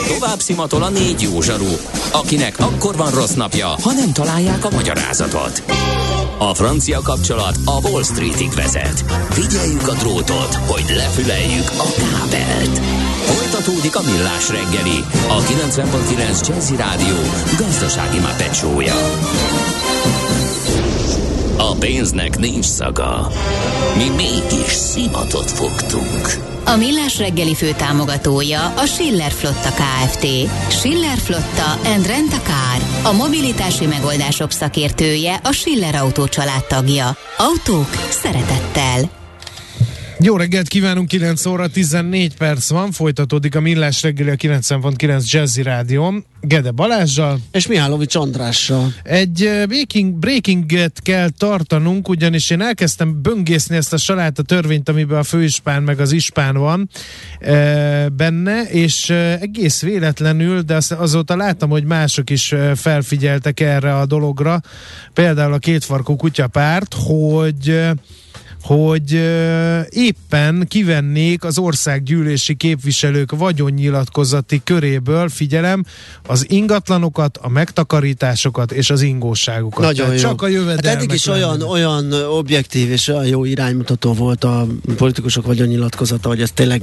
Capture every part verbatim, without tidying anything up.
Tovább szimatol a négy jó zsaru, akinek akkor van rossz napja, ha nem találják a magyarázatot. A francia kapcsolat a Wall Streetig vezet. Figyeljük a drótot, hogy lefüleljük a kábelt. Folytatódik a Millás reggeli, a kilencven pont kilenc Jazzy Rádió gazdasági mápecsója. A pénznek nincs szaga. Mi mégis szimatot fogtunk. A Millás reggeli főtámogatója a Schiller Flotta Kft. Schiller Flotta and Rent a Car. A mobilitási megoldások szakértője, a Schiller Autó család tagja. Autók szeretettel. Jó reggelt kívánunk, kilenc óra tizennégy perc van, folytatódik a Millás reggeli a kilencven pont kilenc Jazzy Rádión, Gede Balázssal és Mihálovics Andrással. Egy breaking, breakinget kell tartanunk, ugyanis én elkezdtem böngészni ezt a saláta törvényt, amiben a főispán meg az ispán van e, benne, és e, egész véletlenül, de az, azóta láttam, hogy mások is e, felfigyeltek erre a dologra, például a kétfarkú kutyapárt, hogy e, hogy uh, éppen kivennék az országgyűlési képviselők vagyonnyilatkozati köréből, figyelem, az ingatlanokat, a megtakarításokat és az ingóságukat. Nagyon jó. Csak a jövedelmek. Hát eddig is olyan, olyan objektív és olyan jó iránymutató volt a politikusok vagyonnyilatkozata, hogy ez tényleg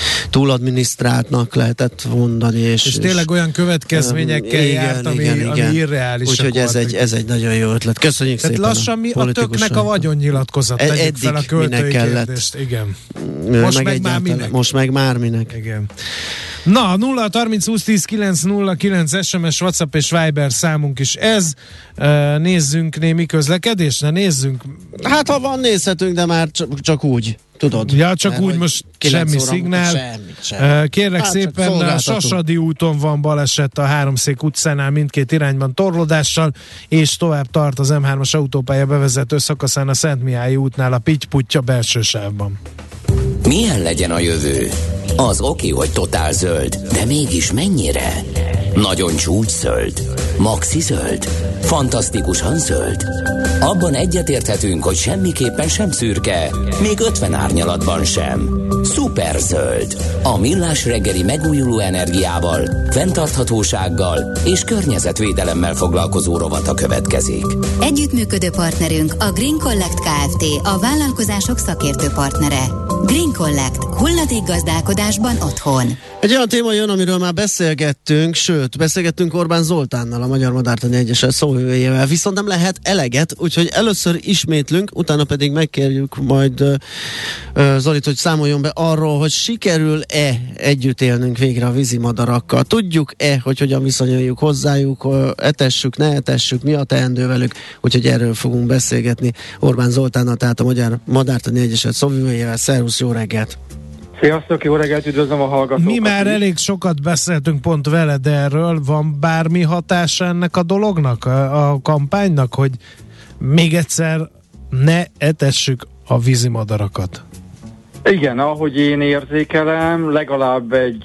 túladminisztráltnak lehetett mondani. És, és tényleg és, olyan következményekkel igen, járt, ami, igen, ami igen. irreálisak. Úgyhogy ez egy, ez egy nagyon jó ötlet. Köszönjük Tehát szépen. lassan mi a töknek a vagyonnyilatkozat. Ed- eddig fel a költői kérdést. Igen. Most meg, meg már minek? Most meg már minek. Igen. Na, nulla harminc húsz tíz kilenc nulla kilenc es em es, WhatsApp és Viber számunk is ez. Uh, nézzünk némi közlekedést? Ne nézzünk. Hát ha van, nézhetünk, de már csak, csak úgy. Tudod. Ja, csak mert úgy most semmi szignál. Semmi, semmi. Kérlek hát szépen, a Sasadi úton van baleset a Háromszék utcánál mindkét irányban torlódással, és tovább tart az em hármas autópálya bevezető szakaszán a Szentmihályi útnál a Pitty-Putya belső sávban. Milyen legyen a jövő? Az oké, hogy totál zöld, de mégis mennyire? Nagyon csúcszöld? Maxi zöld? Fantasztikusan zöld? Abban egyetérthetünk, hogy semmiképpen sem szürke, még ötven árnyalatban sem. Szuper zöld. A Millás reggeli megújuló energiával, fenntarthatósággal és környezetvédelemmel foglalkozó rovata következik. Együttműködő partnerünk a Green Collect Kft. A vállalkozások szakértő partnere. Green Collect. Hulladékgazdálkodásban otthon. Egy olyan téma jön, amiről már beszélgettünk, sőt, beszélgettünk Orbán Zoltánnal, a Magyar Madártani Egyesület szóvivőjével, viszont nem lehet eleget, úgyhogy először ismétlünk, utána pedig megkérjük majd uh, uh, Zolit, hogy számoljon be arról, hogy sikerül-e együtt élnünk végre a vízimadarakkal. Tudjuk-e, hogy hogyan viszonyuljuk hozzájuk, uh, etessük, ne etessük, mi a teendő velük, úgyhogy erről fogunk beszélgetni Orbán Zoltánnal, tehát a Magyar Madártani Egyesület szóvivőjével. Szervusz, jó reggelt! Sziasztok, jó reggelt, üdvözlöm a hallgatókat. Mi már elég sokat beszéltünk pont veled erről, van bármi hatása ennek a dolognak, a, a kampánynak, hogy még egyszer ne etessük a vízimadarakat? Igen, ahogy én érzékelem, legalább egy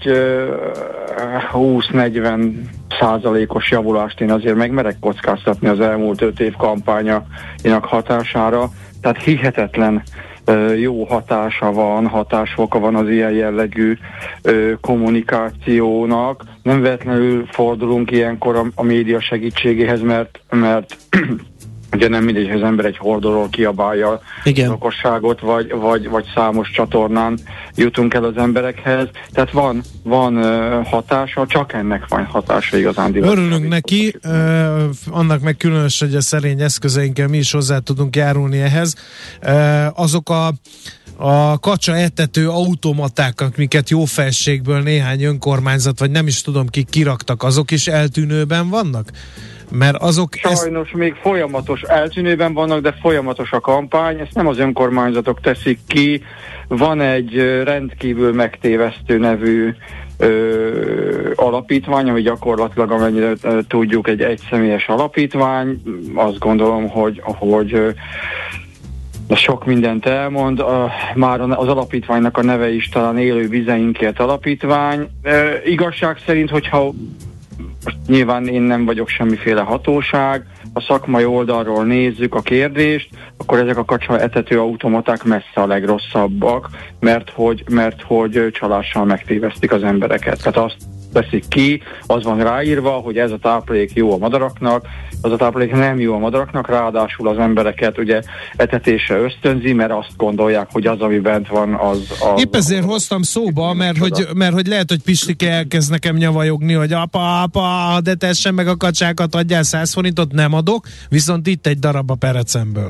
uh, húsz-negyven százalékos javulást én azért megmerek kockáztatni az elmúlt öt év kampányainak hatására, tehát hihetetlen jó hatása van, hatásfoka van az ilyen jellegű ö, kommunikációnak. Nem véletlenül fordulunk ilyenkor a, a média segítségéhez, mert, mert ugye nem mindegy, hogy az ember egy hordóról kiabálja a lakosságot, vagy, vagy, vagy számos csatornán jutunk el az emberekhez. Tehát van, van uh, hatása, csak ennek van hatása igazán. Örülünk neki, uh, annak meg különös, hogy a szerény eszközeinkkel mi is hozzá tudunk járulni ehhez. Uh, azok a a kacsa etető automaták, amiket jó felségből néhány önkormányzat, vagy nem is tudom ki kiraktak, azok is eltűnőben vannak? Mert azok Sajnos ezt... még folyamatos eltűnőben vannak, de folyamatos a kampány, ezt nem az önkormányzatok teszik ki. Van egy rendkívül megtévesztő nevű ö, alapítvány, ami gyakorlatilag, amennyire ö, tudjuk, egy egyszemélyes alapítvány. Azt gondolom, hogy, hogy ö, sok mindent elmond. A, már az alapítványnak a neve is talán Élő Vizeinkért Alapítvány. E, igazság szerint, hogyha most nyilván én nem vagyok semmiféle hatóság, a szakmai oldalról nézzük a kérdést, akkor ezek a kacsa etető automaták messze a legrosszabbak, mert hogy, mert hogy csalással megtévesztik az embereket. Tehát azt veszik ki, az van ráírva, hogy ez a táplálék jó a madaraknak, az a táplálék nem jó a madaraknak, ráadásul az embereket ugye etetésre ösztönzi, mert azt gondolják, hogy az, ami bent van, az... az Épp ezért az, hoztam szóba, mert hogy, mert hogy lehet, hogy Pistike elkezd nekem nyavajogni, hogy apa, apa, de tessen meg a kacsákat, adjál száz forintot, nem adok, viszont itt egy darab a perecemből.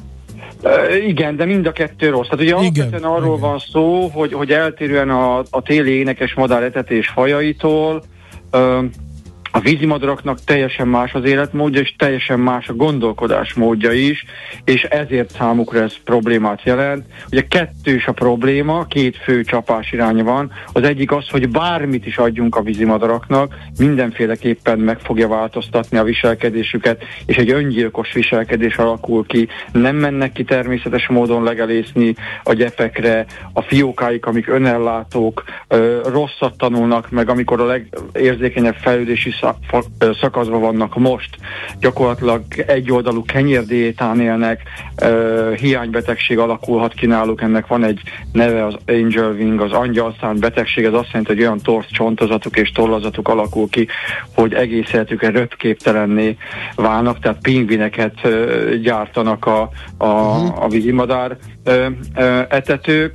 Uh, igen, de mind a kettő rossz. Tehát ugye alapvetően arról igen. van szó, hogy, hogy eltérően a, a téli énekes madár etetés fajaitól uh, a vízimadaraknak teljesen más az életmódja, és teljesen más a gondolkodásmódja is, és ezért számukra ez problémát jelent. Ugye kettős a probléma, két fő csapás iránya van. Az egyik az, hogy bármit is adjunk a vízimadaraknak, mindenféleképpen meg fogja változtatni a viselkedésüket, és egy öngyilkos viselkedés alakul ki. Nem mennek ki természetes módon legelészni a gyepekre, a fiókáik, amik önellátók, rosszat tanulnak meg, amikor a legérzékenyebb fejlődési szakaszban vannak most, gyakorlatilag egyoldalú kenyérdiétán élnek, uh, hiánybetegség alakulhat ki náluk, ennek van egy neve, az angel wing, az angyalszárny betegség, ez azt jelenti, hogy olyan torz csontozatuk és tollazatuk alakul ki, hogy egész életükre röpképtelenné válnak, tehát pingvineket uh, gyártanak a, a, uh-huh. a vízimadár uh, uh, etetők,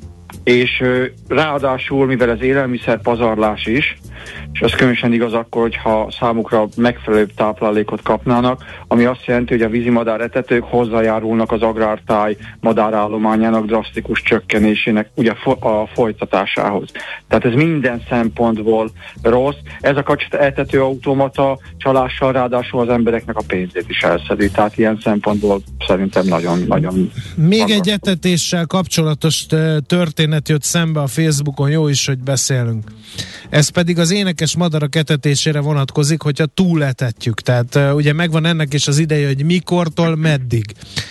és uh, ráadásul, mivel ez élelmiszer pazarlás is, és ez különösen igaz akkor, hogyha számukra megfelelőbb táplálékot kapnának, ami azt jelenti, hogy a vízimadár etetők hozzájárulnak az agrártáj madárállományának drasztikus csökkenésének ugye a folytatásához. Tehát ez minden szempontból rossz. Ez a kacsa etető automata csalással ráadásul az embereknek a pénzét is elszedi. Tehát ilyen szempontból szerintem nagyon-nagyon... Még magas. Egy etetéssel kapcsolatos történet jött szembe a Facebookon, jó is, hogy beszélünk. Ez pedig az énekes madarak etetésére vonatkozik, hogyha túletetjük. Tehát uh, ugye megvan ennek is az ideje, hogy mikortól meddig.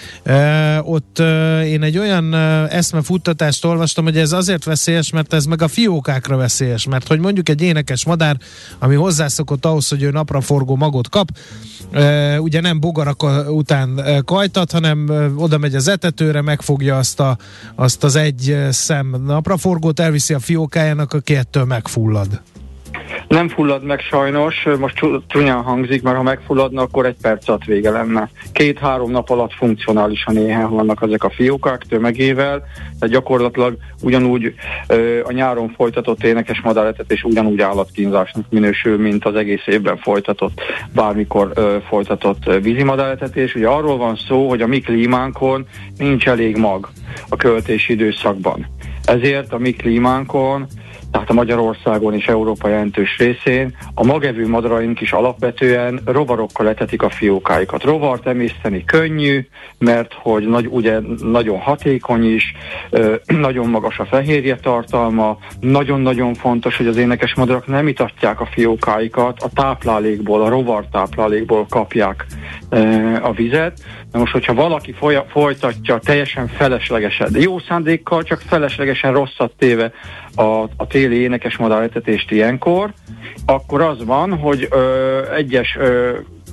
Uh, ott uh, én egy olyan uh, eszmefuttatást olvastam, hogy ez azért veszélyes, mert ez meg a fiókákra veszélyes, mert hogy mondjuk egy énekes madár, ami hozzászokott ahhoz, hogy ő napraforgó magot kap, uh, ugye nem bogarak után uh, kajtat, hanem uh, oda megy az etetőre, megfogja azt, a, azt az egy uh, szem napraforgót, elviszi a fiókájának, aki ettől megfullad. Nem fullad meg sajnos, most csúnyán hangzik, mert ha megfulladna, akkor egy perc alatt vége lenne. Két-három nap alatt funkcionálisan éhen vannak ezek a fiókák tömegével, tehát gyakorlatilag ugyanúgy ö, a nyáron folytatott énekes madáretetés ugyanúgy állatkínzásnak minősül, mint az egész évben folytatott, bármikor ö, folytatott vízimadáretetés. Ugye arról van szó, hogy a mi klímánkon nincs elég mag a költési időszakban. Ezért a mi klímánkon, tehát a Magyarországon és Európa jelentős részén a magevő madaraink is alapvetően rovarokkal etetik a fiókáikat. Rovart emészteni könnyű, mert hogy nagy, ugye nagyon hatékony is, ö, nagyon magas a fehérje tartalma, nagyon-nagyon fontos, hogy az énekes madarak nem itatják a fiókáikat, a táplálékból, a rovar táplálékból kapják ö, a vizet. Na most, hogyha valaki folya, folytatja teljesen feleslegesen, de jó szándékkal, csak feleslegesen rosszat téve a, a téli énekes madáretetést ilyenkor, akkor az van, hogy ö, egyes ö,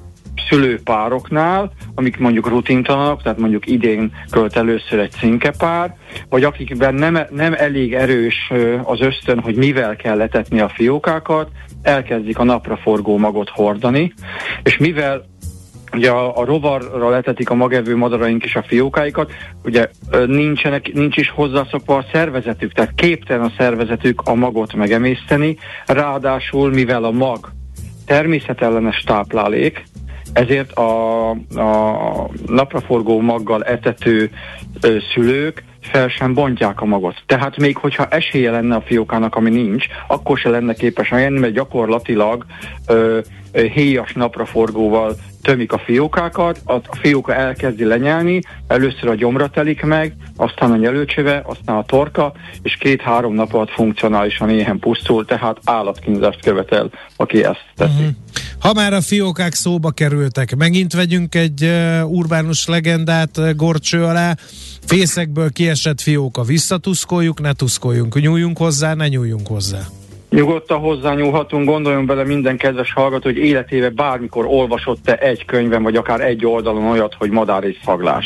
szülőpároknál, amik mondjuk rutintalanok, tehát mondjuk idén költ először egy cinkepár, vagy akikben nem, nem elég erős ö, az ösztön, hogy mivel kell etetni a fiókákat, elkezdik a napraforgó magot hordani, és mivel ugye a, a rovarra letetik a magevő madaraink is a fiókáikat, ugye nincsenek, nincs is hozzászokva a szervezetük, tehát képtelen a szervezetük a magot megemészteni, ráadásul mivel a mag természetellenes táplálék, ezért a, a napraforgó maggal etető ö, szülők fel sem bontják a magot. Tehát még hogyha esélye lenne a fiókának, ami nincs, akkor se lenne képes megenni, mert gyakorlatilag ö, ö, héjas napraforgóval tömik a fiókákat, a fióka elkezdi lenyelni, először a gyomra telik meg, aztán a nyelőcsöve, aztán a torka, és két-három nap alatt funkcionálisan éhen pusztul, tehát állatkínzást követel, aki ezt teszi. Uh-huh. Ha már a fiókák szóba kerültek, megint vegyünk egy uh, urbánus legendát uh, gorcső alá, fészekből kiesett fióka, visszatuszkoljuk, ne tuszkoljunk, nyúljunk hozzá, ne nyúljunk hozzá. Nyugodtan hozzányúlhatunk, gondoljon bele minden kedves hallgató, hogy életében bármikor olvasott-e egy könyvben, vagy akár egy oldalon olyat, hogy madár és szaglás.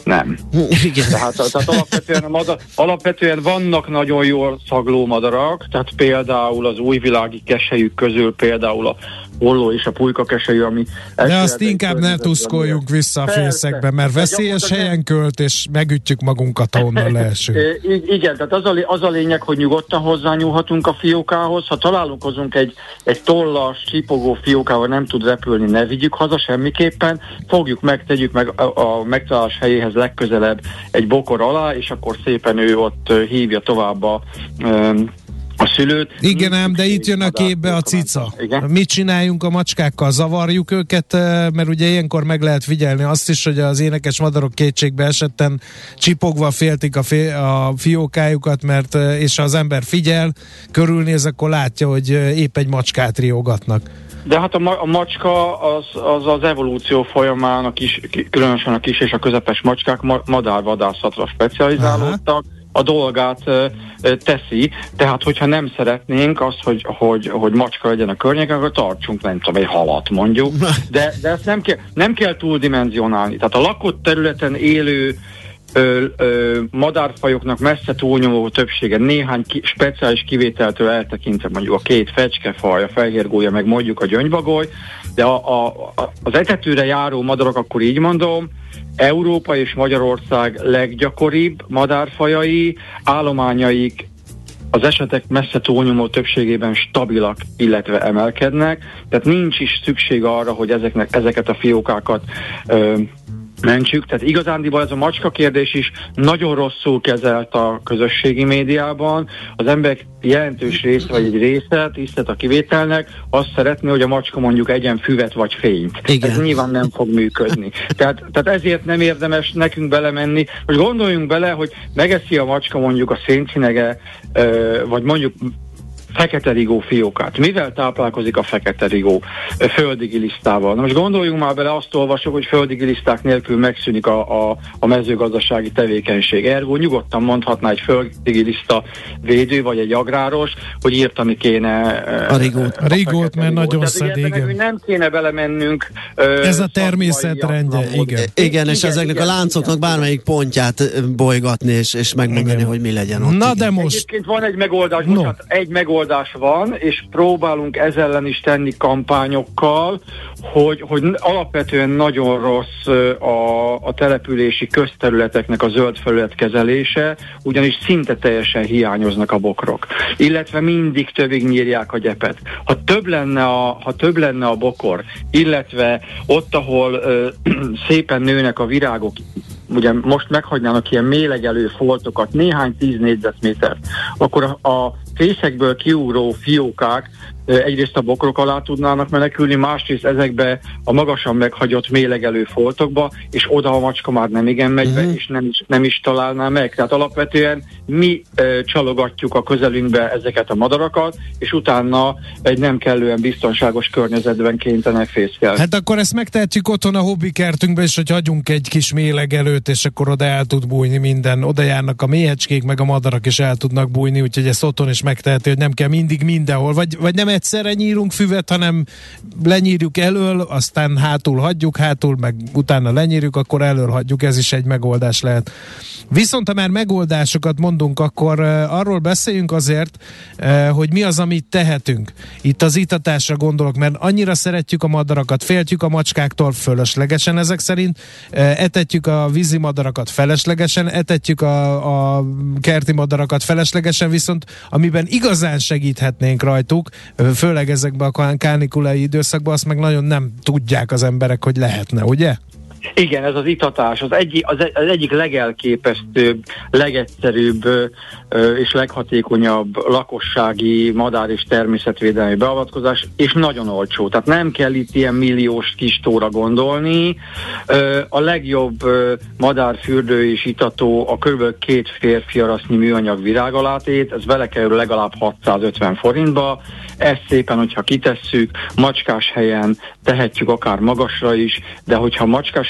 Nem. Igen. Tehát, tehát alapvetően, a madar, alapvetően vannak nagyon jól szagló madarak, tehát például az újvilági keselyük közül például a holló és a pulyka keselyű, ami... De azt inkább ne tuszkoljunk vissza a fészekbe, mert veszélyes helyen költ, és megütjük magunkat, ahonnan leesünk. Igen, tehát az a, az a lényeg, hogy nyugodtan hozzányúlhatunk a fiókához. Ha találkozunk egy, egy tollas, csipogó fiókával, nem tud repülni, ne vigyük haza semmiképpen, fogjuk meg, tegyük meg a, a megtalálás helyéhez legközelebb egy bokor alá, és akkor szépen ő ott hívja tovább a... Um, a szülőt. Igen ám, de itt jön a képbe a cica. Igen? Mit csináljunk a macskákkal? Zavarjuk őket, mert ugye ilyenkor meg lehet figyelni azt is, hogy az énekes madarok kétségbe esetten csipogva féltik a, fi- a fiókájukat, mert és ha az ember figyel, körülnéz, akkor látja, hogy épp egy macskát riogatnak. De hát a, ma- a macska az, az az evolúció folyamán, a kis, különösen a kis és a közepes macskák ma- madárvadászatra specializálódtak. Aha. A dolgát ö, ö, teszi, tehát hogyha nem szeretnénk azt, hogy, hogy, hogy macska legyen a környéken, akkor tartsunk, nem tudom, egy halat mondjuk, de, de ezt nem kell, nem kell túldimenzionálni. Tehát a lakott területen élő ö, ö, madárfajoknak messze túlnyomó többsége, néhány ki, speciális kivételtől eltekintve, mondjuk a két fecskefaj, a fehérgólya, meg mondjuk a gyöngybagoly, de a, a, az etetőre járó madarak, akkor így mondom, Európa és Magyarország leggyakoribb madárfajai, állományaik az esetek messze túlnyomó többségében stabilak, illetve emelkednek, tehát nincs is szükség arra, hogy ezeknek, ezeket a fiókákat ö, mentsük. Tehát igazándiból ez a macska kérdés is nagyon rosszul kezelt a közösségi médiában. Az emberek jelentős része, vagy egy része, tisztelt a kivételnek, azt szeretné, hogy a macska mondjuk egyen füvet vagy fényt. Igen. Ez nyilván nem fog működni. Tehát, tehát ezért nem érdemes nekünk belemenni, hogy gondoljunk bele, hogy megeszi a macska mondjuk a széncinege, vagy mondjuk fekete rigó fiókát. Mivel táplálkozik a fekete rigó? Földi gilisztával. Na most gondoljunk már bele, azt olvasok, hogy földi giliszták nélkül megszűnik a, a, a mezőgazdasági tevékenység. Ergo nyugodtan mondhatná egy földi giliszta védő, vagy egy agráros, hogy írtani kéne a rigót. A, a rigót, mert rigót. Nagyon szed, igen. Meg, nem kéne belemennünk. Ez a természet rendje, igen. igen. Igen, és igen, ezeknek igen, a láncoknak igen, bármelyik pontját bolygatni, és, és megmondani, igen, hogy mi legyen ott. Na igen. de most... Egyébként van egy megoldás, no. Bocsánat, egy megoldás van, és próbálunk ez ellen is tenni kampányokkal, hogy, hogy alapvetően nagyon rossz a, a települési közterületeknek a zöld felület kezelése, ugyanis szinte teljesen hiányoznak a bokrok. Illetve mindig többig nyírják a gyepet. Ha több lenne a, ha több lenne a bokor, illetve ott, ahol ö, szépen nőnek a virágok, ugye most meghagynának ilyen mélegelő foltokat, néhány tíz négyzetmétert, akkor a, a fészekből kiugró fiókák egyrészt a bokrok alá tudnának menekülni, másrészt ezekbe a magasan meghagyott mélegelő foltokba, és oda a macska már nem igen megy be, uh-huh. és nem is, nem is találná meg. Tehát alapvetően mi e, csalogatjuk a közelünkbe ezeket a madarakat, és utána egy nem kellően biztonságos környezetben kénytelenek fészkelni. Hát akkor ezt megtehetjük otthon a hobbikertünkben, és hogy hagyunk egy kis mélegelőt, és akkor oda el tud bújni minden. Oda járnak a méhecskék, meg a madarak is el tudnak bújni, úgyhogy ezt otthon is megteheti, hogy nem kell mindig mindenhol, vagy, vagy nem egyszerre nyírunk füvet, hanem lenyírjuk elől, aztán hátul hagyjuk, hátul meg utána lenyírjuk, akkor elől hagyjuk, ez is egy megoldás lehet. Viszont ha már megoldásokat mondunk, akkor uh, arról beszéljünk azért, uh, hogy mi az, amit tehetünk. Itt az itatásra gondolok, mert annyira szeretjük a madarakat, féltjük a macskáktól fölöslegesen ezek szerint, uh, etetjük a vízi madarakat feleslegesen, etetjük a, a kerti madarakat feleslegesen, viszont amiben igazán segíthetnénk rajtuk, főleg ezekben a kánikulai időszakban, azt meg nagyon nem tudják az emberek, hogy lehetne, ugye? Igen, ez az itatás, az, egy, az, az egyik legelképesztőbb, legegyszerűbb ö, és leghatékonyabb lakossági madár- és természetvédelmi beavatkozás, és nagyon olcsó. Tehát nem kell itt ilyen milliós kis tóra gondolni. Ö, a legjobb ö, madárfürdő és itató a kb. két férfi arasznyi műanyag virágalátét, ez vele kerül legalább hatszázötven forintba. Ezt szépen, hogyha kitesszük, macskás helyen tehetjük akár magasra is, de hogyha macskás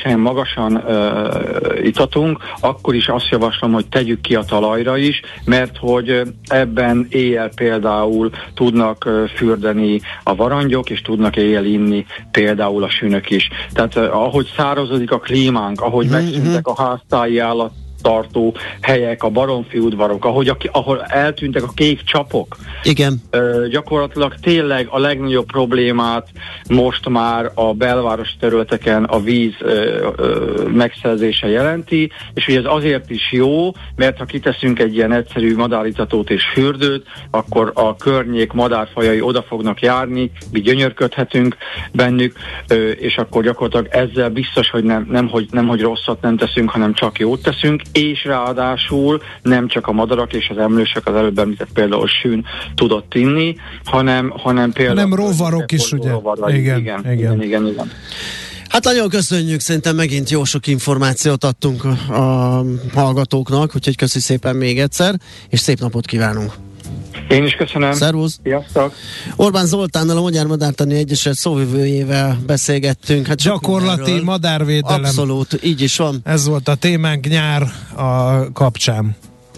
különösen magasan uh, itatunk, akkor is azt javaslom, hogy tegyük ki a talajra is, mert hogy ebben éjjel például tudnak uh, fürdeni a varangyok, és tudnak éjjel inni például a sünök is. Tehát uh, ahogy szárazodik a klímánk, ahogy mm-hmm. megszűntek a háztáji állat tartó helyek, a baromfi udvarok, ahogy a, ahol eltűntek a kék csapok. Igen. Ö, gyakorlatilag tényleg a legnagyobb problémát most már a belváros területeken a víz ö, ö, megszerzése jelenti, és hogy ez azért is jó, mert ha kiteszünk egy ilyen egyszerű madáritatót és fürdőt, akkor a környék madárfajai oda fognak járni, mi gyönyörködhetünk bennük, ö, és akkor gyakorlatilag ezzel biztos, hogy nem, nem, hogy, nem hogy rosszat nem teszünk, hanem csak jót teszünk, és ráadásul nem csak a madarak és az emlősök, az előbb említett például sün tudott inni, hanem, hanem például... Nem rovarok is, ugye? Rovarok. Igen, igen, igen, igen, igen, igen. Hát nagyon köszönjük, szerintem megint jó sok információt adtunk a, a hallgatóknak, úgyhogy köszi szépen még egyszer, és szép napot kívánunk! Én is köszönöm. Szervusz. Sziasztok. Orbán Zoltánnal, a Magyar Madártani Egyesület szóvivőjével beszélgettünk. Hát gyakorlati madárvédelem. Abszolút, így is van. Ez volt a témánk nyár a kapcsán.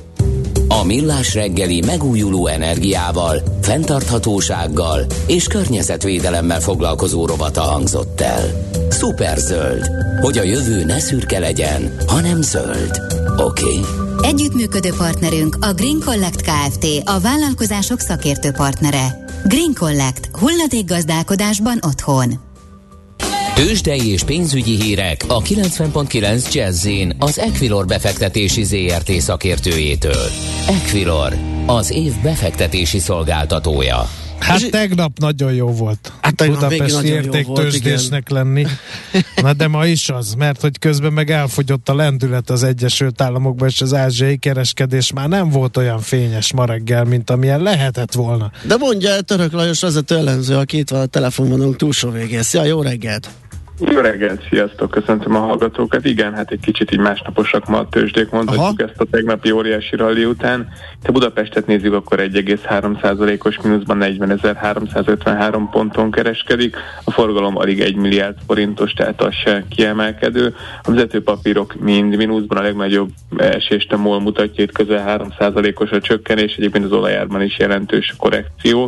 A Millás reggeli megújuló energiával, fenntarthatósággal és környezetvédelemmel foglalkozó rovata hangzott el. Szuperzöld, hogy a jövő ne szürke legyen, hanem zöld. Oké? Okay. Együttműködő partnerünk a Green Collect Kft., a vállalkozások szakértő partnere. Green Collect. Hulladékgazdálkodásban otthon. Tőzsdei és pénzügyi hírek a kilencven pont kilenc Jazz-in az Equilor befektetési zé er té szakértőjétől. Equilor, az év befektetési szolgáltatója. Hát tegnap nagyon jó volt. Hát Budapesti értéktőzsdésnek lenni. Na de ma is az, mert hogy közben meg elfogyott a lendület az Egyesült Államokban, és az ázsiai kereskedés már nem volt olyan fényes ma reggel, mint amilyen lehetett volna. De mondja el Török Lajos vezető elemző, aki itt van a telefonvonalunk túlsó végén. Szia, jó reggelt! Jó reggelt, sziasztok, köszöntöm a hallgatókat. Igen, hát egy kicsit így másnaposak ma a tőzsdék, mondhatjuk. Aha. Ezt a tegnapi óriási ralli után. Ha Budapestet nézzük, akkor egy egész három százalékos mínuszban negyvenezer-háromszázötvenhárom ponton kereskedik. A forgalom alig egy milliárd forintos, tehát az se kiemelkedő. A vezetőpapírok mind mínuszban, a legnagyobb esést a MOL mutatja, itt közel három százalékos a csökkenés, egyébként az olajárban is jelentős korrekció.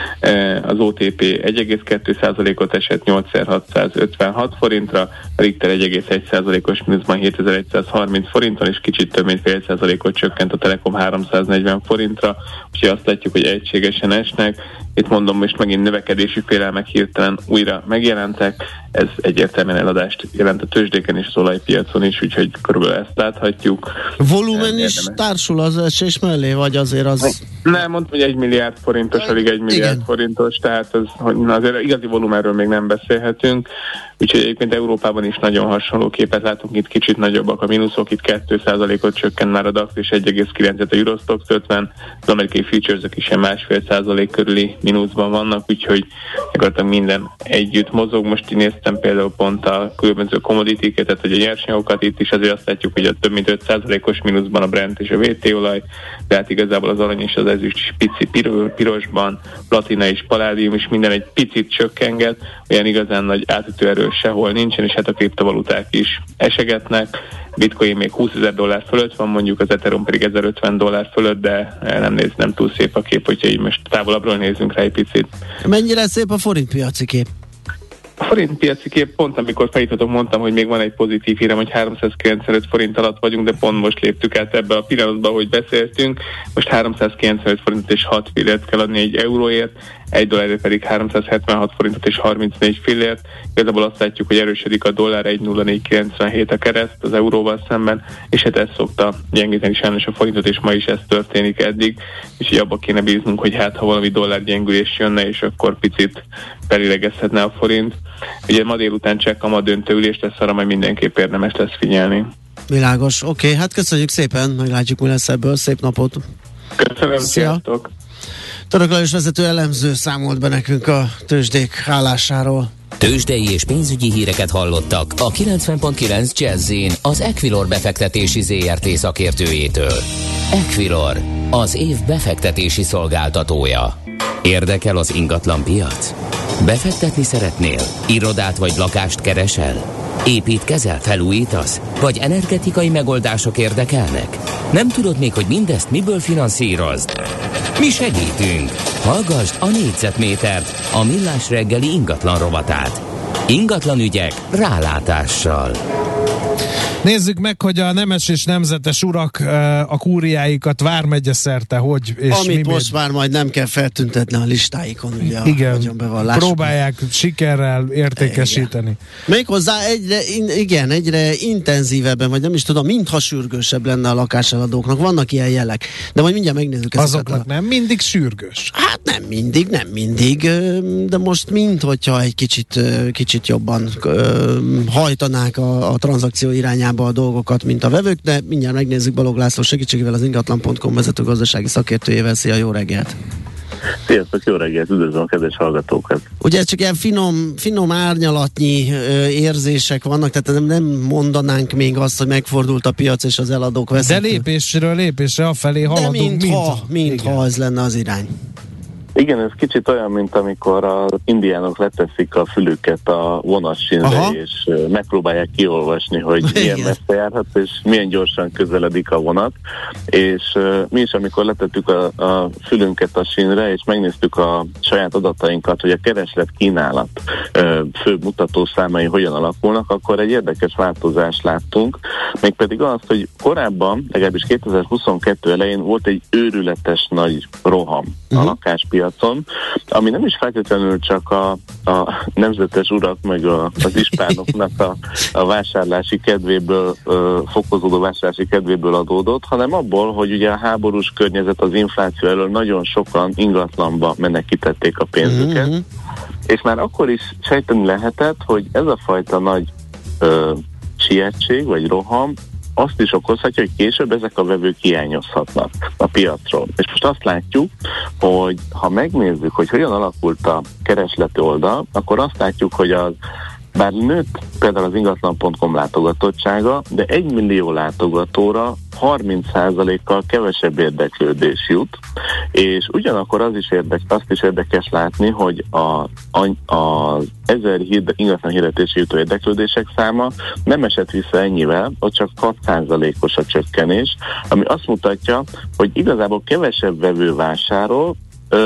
Az o té pé egy egész kettő százalékot esett nyolcezer-hatszázötvenhat forintra, a Richter egy egész egy százalékos mínuszban hétezer-egyszázharminc forinton, és kicsit több mint fél százalékot csökkent a Telekom háromszáznegyven forintra, úgyhogy azt látjuk, hogy egységesen esnek. Itt mondom, most megint növekedési félelmek hirtelen újra megjelentek, ez egyértelműen eladást jelent a tőzsdéken és az olajpiacon is, úgyhogy körülbelül ezt láthatjuk. Volumen is társul az esés mellé, vagy azért az... Nem, mondtam, hogy egy milliárd forintos, alig egy milliárd Igen. forintos, tehát az, azért igazi volumenről még nem beszélhetünk, úgyhogy egyébként Európában is nagyon hasonló képet látunk, itt kicsit nagyobbak a mínuszok, itt két százalékot csökkent már a DAX, és egy egész kilenc a Eurostoxx ötven, az amerikai futuresok is ilyen másfél százalék körüli mínuszban vannak, úgyhogy gyakorlatilag minden együtt mozog. Most én néztem például pont a különböző commodity-ket, tehát hogy a nyersanyagokat, itt is azért azt látjuk, hogy a több mint öt százalékos mínuszban a Brent és a vé té olaj, de hát igazából az arany és az ezüst is pici pirosban, platina és paládium is minden egy picit csökkenget, olyan igazán nagy átütő erő sehol nincsen, és hát a kriptovaluták is esegetnek. Bitcoin még húszezer dollár fölött van, mondjuk az Ethereum pedig ezerötven dollár fölött, de nem néz, nem túl szép a kép, hogyha így most távolabbról nézzünk rá egy picit. Mennyire szép a forintpiaci kép? A forintpiaci kép pont, amikor felhívtatok, mondtam, hogy még van egy pozitív hírem, hogy háromszázkilencvenöt forint alatt vagyunk, de pont most léptük át ebbe a pillanatban, hogy beszéltünk. Most háromszázkilencvenöt forintot és hat fillért kell adni egy euróért, egy dollárért pedig háromszázhetvenhat forintot és harmincnégy fillért. Igazából azt látjuk, hogy erősödik a dollár, egy nulla négy kilencvenhét a kereszt az euróval szemben, és hát ez szokta gyengíteni sajnos a forintot, és ma is ez történik eddig, és így abba kéne bíznunk, hogy hát ha valami dollár gyengülés jönne, és akkor picit felilegezhetne a forint. Ugye ma délután csekk a döntőülés lesz, arra majd mindenképp érdemes lesz figyelni. Világos, oké, okay, hát köszönjük szépen, meglátjuk, mi lesz ebből, szép napot! Köszönöm, sziasztok! Török Lajos vezető elemző számolt be nekünk a tőzsdék állásáról. Tőzsdei és pénzügyi híreket hallottak a kilencven pont kilenc Jazz-in az Equilor befektetési zé er té szakértőjétől. Equilor, az év befektetési szolgáltatója. Érdekel az ingatlan piac? Befektetni szeretnél? Irodát vagy lakást keresel? Építkezel, felújítasz? Vagy energetikai megoldások érdekelnek? Nem tudod még, hogy mindezt miből finanszírozd? Mi segítünk! Hallgasd a négyzetmétert, a Millás reggeli ingatlan rovatát. Ingatlan ügyek rálátással. Nézzük meg, hogy a nemes és nemzetes urak a kúriáikat vármegye szerte hogy és amit mi most már majd nem kell feltüntetni a listáikon, ugye igen, a vagyonbevallás. Próbálják sikerrel értékesíteni. Igen. Méghozzá egyre, in, igen, egyre intenzívebben, vagy nem is tudom, mintha sürgősebb lenne a lakáseladóknak. Vannak ilyen jelek. De majd mindjárt megnézzük ezeket. Azoknak a... nem mindig sürgős. Hát nem mindig, nem mindig, de most mind, hogyha egy kicsit, kicsit jobban hajtanák a, a tranzakció irányába a dolgokat, mint a vevők, de mindjárt megnézzük Balogh László segítségével, az ingatlan pont com vezető gazdasági szakértőjével. Szia, jó reggelt! Sziasztok, jó reggelt, üdvözlöm a kedves hallgatókat! Ugye csak ilyen finom, finom árnyalatnyi ö, érzések vannak, tehát nem, nem mondanánk még azt, hogy megfordult a piac és az eladók veszik. De lépésről lépésre afelé haladunk. De mintha, mintha mint az lenne az irány. Igen, ez kicsit olyan, mint amikor az indiánok leteszik a fülüket a vonatsínre, és megpróbálják kiolvasni, hogy milyen messze járhat, és milyen gyorsan közeledik a vonat. És uh, mi is, amikor letettük a, a fülünket a sínre, és megnéztük a saját adatainkat, hogy a kereslet kínálat uh, főbb mutatószámai hogyan alakulnak, akkor egy érdekes változást láttunk, mégpedig azt, hogy korábban, legalábbis kétezer-huszonkettő elején volt egy őrületes nagy roham uh-huh. a lakáspiacon, ami nem is feltétlenül csak a, a nemzetes urak, meg a, az ispánoknak a, a vásárlási kedvéből, ö, fokozódó vásárlási kedvéből adódott, hanem abból, hogy ugye a háborús környezet, az infláció elől nagyon sokan ingatlanba menekítették a pénzüket, mm-hmm. és már akkor is sejteni lehetett, hogy ez a fajta nagy ö, sietség, vagy roham, azt is okozhatja, hogy később ezek a vevők hiányozhatnak a piacról. És most azt látjuk, hogy ha megnézzük, hogy hogyan alakult a keresleti oldal, akkor azt látjuk, hogy az bár nőtt például az ingatlan pont com látogatottsága, de egy millió látogatóra harminc százalékkal kevesebb érdeklődés jut, és ugyanakkor az is érdekes, azt is érdekes látni, hogy a, a, az ezer hirde, ingatlan hirdetésre jutó érdeklődések száma nem esett vissza ennyivel, ott csak hat százalékos a csökkenés, ami azt mutatja, hogy igazából kevesebb vevő vásárol,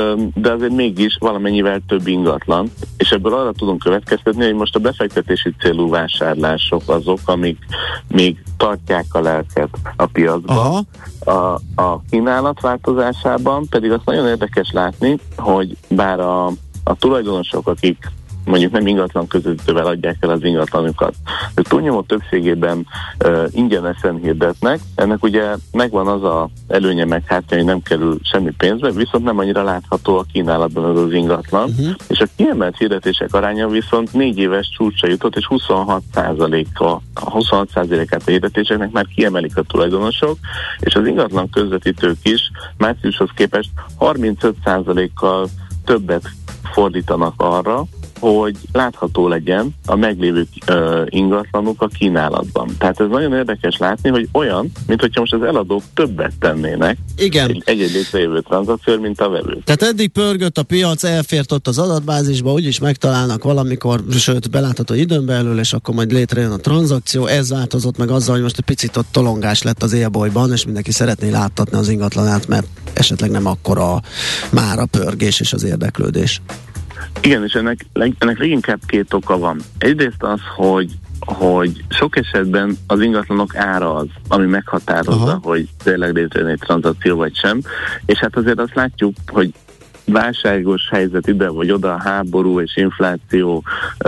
de azért mégis valamennyivel több ingatlan, és ebből arra tudunk következtetni, hogy most a befektetési célú vásárlások azok, amik még tartják a lelket a piacban. A, a kínálat változásában pedig azt nagyon érdekes látni, hogy bár a, a tulajdonosok, akik mondjuk nem ingatlan közvetítővel adják el az ingatlanukat. De túlnyomó többségében uh, ingyenesen hirdetnek, ennek ugye megvan az a előnye meg hátránya, hogy nem kerül semmi pénzbe, viszont nem annyira látható a kínálatban az, az ingatlan, uh-huh. és a kiemelt hirdetések aránya viszont négy éves csúcsra jutott, és huszonhat százaléka, huszonhat százalékát a hirdetéseknek már kiemelik a tulajdonosok, és az ingatlan közvetítők is márciushoz képest harmincöt százalékkal többet fordítanak arra, hogy látható legyen a meglévő uh, ingatlanok a kínálatban. Tehát ez nagyon érdekes látni, hogy olyan, mint hogyha most az eladók többet tennének igen. egy egy létrejövő tranzakció, mint a vevő. Tehát eddig pörgött a piac, elfért ott az adatbázisba, úgyis megtalálnak valamikor, sőt belátható időn belül, és akkor majd létrejön a tranzakció. Ez változott meg azzal, hogy most egy picit ott tolongás lett az élbolyban, és mindenki szeretné láttatni az ingatlanát, mert esetleg nem akkora már a pörgés és az érdeklődés. Igen, és ennek, ennek leginkább két oka van. Egyrészt az, hogy, hogy sok esetben az ingatlanok ára az, ami meghatározza, aha. hogy tényleg létrejön egy tranzakció vagy sem, és hát azért azt látjuk, hogy válságos helyzet ide vagy oda, háború és infláció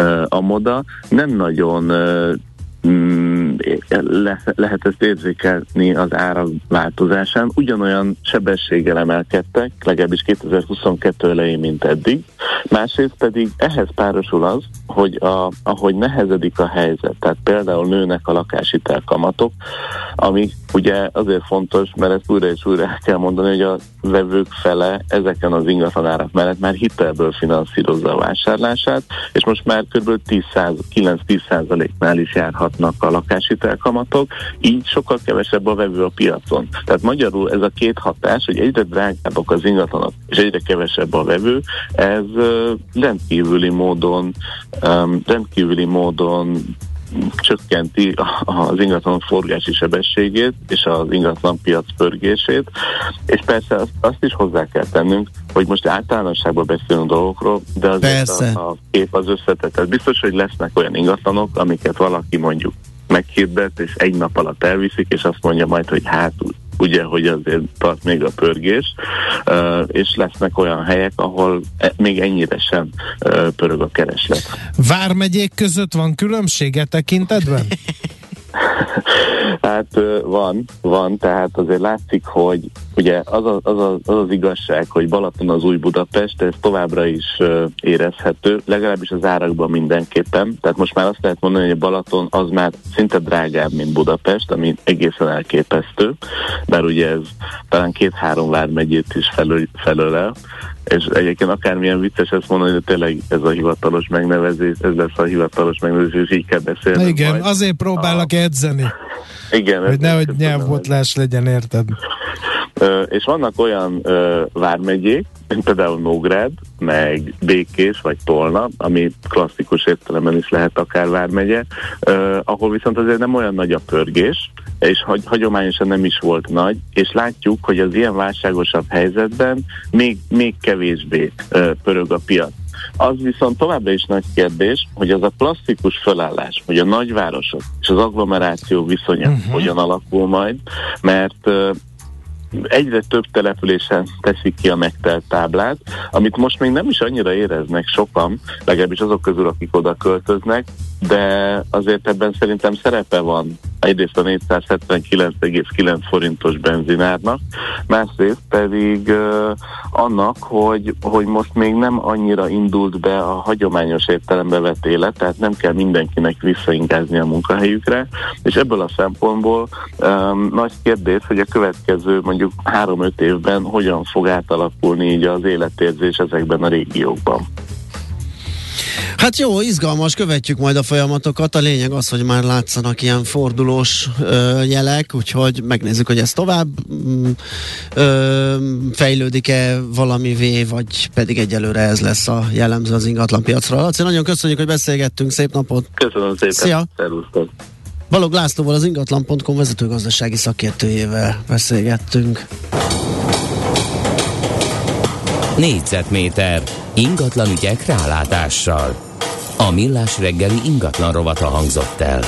a moda, nem nagyon Le, lehet ezt érzékelni az árak változásán. Ugyanolyan sebességgel emelkedtek, legalábbis kétezer-huszonkettő elején, mint eddig. Másrészt pedig ehhez párosul az, hogy a, ahogy nehezedik a helyzet, tehát például nőnek a lakáshitelkamatok, ami ugye azért fontos, mert ezt újra és újra kell mondani, hogy a vevők fele ezeken az ingatlanárak mellett már hitelből finanszírozza a vásárlását, és most már kb. kilenc-tíz százaléknál is járhatnak a lakáshitelkamatok, így sokkal kevesebb a vevő a piacon. Tehát magyarul ez a két hatás, hogy egyre drágábbak az ingatlanok, és egyre kevesebb a vevő, ez rendkívüli módon um, rendkívüli módon csökkenti az ingatlan forgási sebességét és az ingatlan piac pörgését, és persze azt, azt is hozzá kell tennünk, hogy most általánosságban beszélünk dolgokról, de azért a, a kép az összetett. Tehát biztos, hogy lesznek olyan ingatlanok, amiket valaki mondjuk meghirdet, és egy nap alatt elviszik, és azt mondja majd, hogy hát ugye, hogy azért tart még a pörgés, uh, és lesznek olyan helyek, ahol e- még ennyire sem uh, pörög a kereslet. Vármegyék között van különbsége tekintetben? Hát van, van, tehát azért látszik, hogy ugye az, a, az, a, az az igazság, hogy Balaton az új Budapest, ez továbbra is uh, érezhető, legalábbis az árakban mindenképpen, tehát most már azt lehet mondani, hogy a Balaton az már szinte drágább, mint Budapest, ami egészen elképesztő, bár ugye ez talán két-három vármegyét is felöl, felölel, és egyébként akármilyen vicces ezt mondani, hogy tényleg ez a hivatalos megnevezés, ez lesz a hivatalos megnevezés, és így kell beszélni. Igen, majd. azért próbálok a... edzeni. Igen. Hogy nehogy nyelvbotlás legyen, érted? Uh, és vannak olyan uh, vármegyék, mint például Nógrád, meg Békés, vagy Tolna, ami klasszikus értelemben is lehet akár vármegye, uh, ahol viszont azért nem olyan nagy a pörgés, és hagy, hagyományosan nem is volt nagy, és látjuk, hogy az ilyen válságosabb helyzetben még, még kevésbé uh, pörög a piac. Az viszont továbbra is nagy kérdés, hogy az a klasszikus felállás, hogy a nagyvárosok és az agglomeráció viszonya uh-huh. hogyan alakul majd, mert uh, egyre több településen teszik ki a megtelt táblát, amit most még nem is annyira éreznek sokan, legalábbis azok közül, akik oda költöznek, de azért ebben szerintem szerepe van egyrészt a négyszázhetvenkilenc egész kilenc forintos benzinárnak, másrészt pedig uh, annak, hogy, hogy most még nem annyira indult be a hagyományos értelembe vett élet, tehát nem kell mindenkinek visszaingázni a munkahelyükre, és ebből a szempontból um, nagy kérdés, hogy a következő mondjuk három-öt évben hogyan fog átalakulni így az életérzés ezekben a régiókban. Hát jó, izgalmas, követjük majd a folyamatokat. A lényeg az, hogy már látszanak ilyen fordulós ö, jelek, úgyhogy megnézzük, hogy ez tovább ö, fejlődik-e valamivé, vagy pedig egyelőre ez lesz a jellemző az ingatlan piacra. Laci, nagyon köszönjük, hogy beszélgettünk, szép napot! Köszönöm szépen! Szia! Szervusztok! Balogh Lászlóval, az ingatlan pont com vezetőgazdasági szakértőjével beszélgettünk. Négyzetméter ingatlan ügyek rálátással. A Millás reggeli ingatlan rovata hangzott el.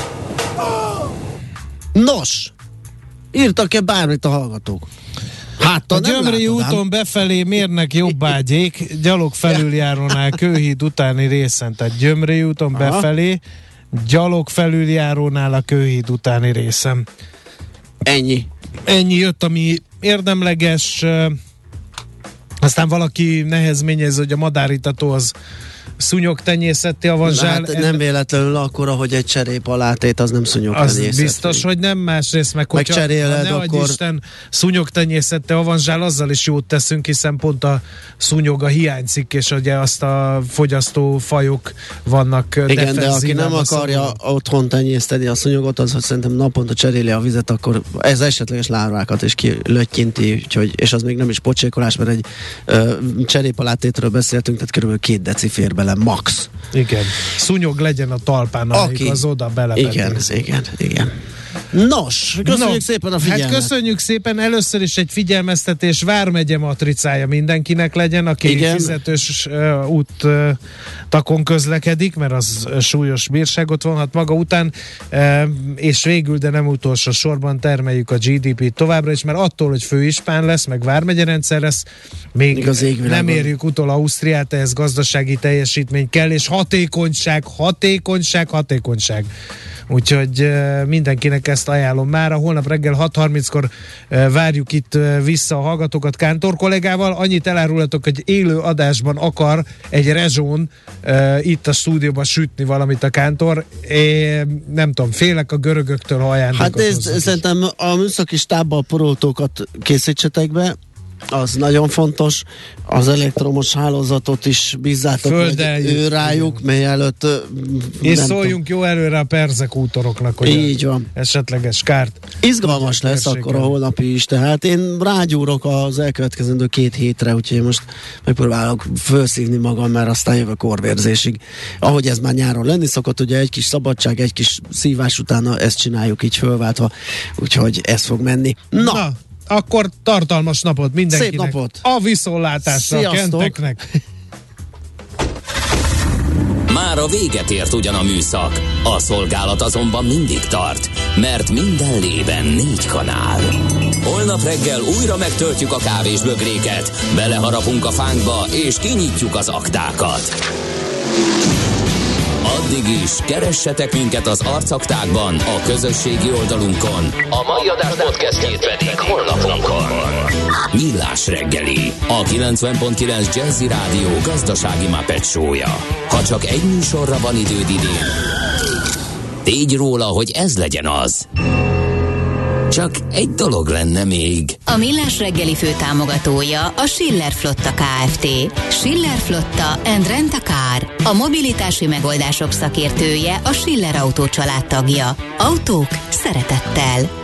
Nos, írtak-e bármit a hallgatók? Hát a Gyömri úton befelé mérnek jobbágyék, gyalog felüljárónál Kőhíd utáni részen, tehát Gyömri úton Aha. befelé, gyalog felüljárónál a Kőhíd utáni részen. Ennyi. Ennyi jött, ami érdemleges. Aztán valaki nehezményez, hogy a madárítató az szúnyogtenyészeti avanzsál. Hát nem véletlenül akkora, hogy egy cserép alátét, az nem szúnyogtenyészeti. Az biztos, hogy nem, másrészt meg, meg hogyha cseréled, ne akkor... Isten szúnyogtenyészeti avanzsál, azzal is jót teszünk, hiszen pont a szúnyoga hiányzik, és ugye azt a fogyasztó fajok vannak. Igen, de aki nem akarja szúnyog. Otthon tenyészteni a szúnyogot, az, hogy szerintem naponta cseréli a vizet, akkor ez esetleges lárvákat is kilöttyinti, úgyhogy, és az még nem is pocsékolás, mert egy uh, cserépalátétről beszéltünk, tehát körülbelül két deci fér bele max. Igen. Szúnyog legyen a talpán, amelyik az oda belebetéz. Igen, igen, igen. Nos, köszönjük no, szépen a figyelmet. Hát köszönjük szépen, először is egy figyelmeztetés, Vármegye matricája mindenkinek legyen, aki Igen. fizetős uh, úttakon közlekedik, mert az uh, súlyos bírságot vonhat maga után, uh, és végül, de nem utolsó sorban termeljük a gé dé pét továbbra is, mert attól, hogy főispán lesz, meg Vármegye rendszer lesz, még nem érjük utol Ausztriát, ehhez gazdasági teljesítmény kell, és hatékonyság, hatékonyság, hatékonyság. Úgyhogy uh, mindenkinek ezt ajánlom már. A holnap reggel hat harminckor uh, várjuk itt uh, vissza a hallgatókat Kántor kollégával. Annyit elárulhatok, hogy élő adásban akar egy rezsón uh, itt a stúdióban sütni valamit a Kántor. É, nem tudom, félek a görögöktől, ha ajándékot. Hát ez, szerintem a műszaki stábbal poroltókat készítsetek be, Az nagyon fontos. Az elektromos hálózatot is bízzátok meg ő rájuk, mely előtt... És szóljunk tudom. Jó előre a perzekútoroknak, hogy így van. Esetleges kárt. Izgalmas lesz akkor a holnapi is, tehát én rágyúrok az elkövetkezendő két hétre, úgyhogy most megpróbálok felszívni magam, mert aztán jövök orvérzésig. Ahogy ez már nyáron lenni szokott, ugye egy kis szabadság, egy kis szívás utána ezt csináljuk így fölváltva, úgyhogy ez fog menni. Na! Na. Akkor tartalmas napot mindenkinek. Szép napot. A viszontlátásra a kenteknek. Már a véget ért ugyan a műszak, a szolgálat azonban mindig tart, mert minden lében négy kanál. Holnap reggel újra megtöltjük a kávésbögréket, beleharapunk a fánkba és kinyitjuk az aktákat. Addig is keressetek minket az arcaktákban, a közösségi oldalunkon. A mai adás podcastjét pedig honlapunkon. Millás reggeli, a kilencven pont kilenc Jazzy Rádió gazdasági Muppet show-ja. Ha csak egy műsorra van időd idén, tégy róla, hogy ez legyen az. Csak egy dolog lenne még. A Millás reggeli főtámogatója a Schiller Flotta Kft. Schiller Flotta and Rent a Car. A mobilitási megoldások szakértője, a Schiller Autó család tagja. Autók szeretettel.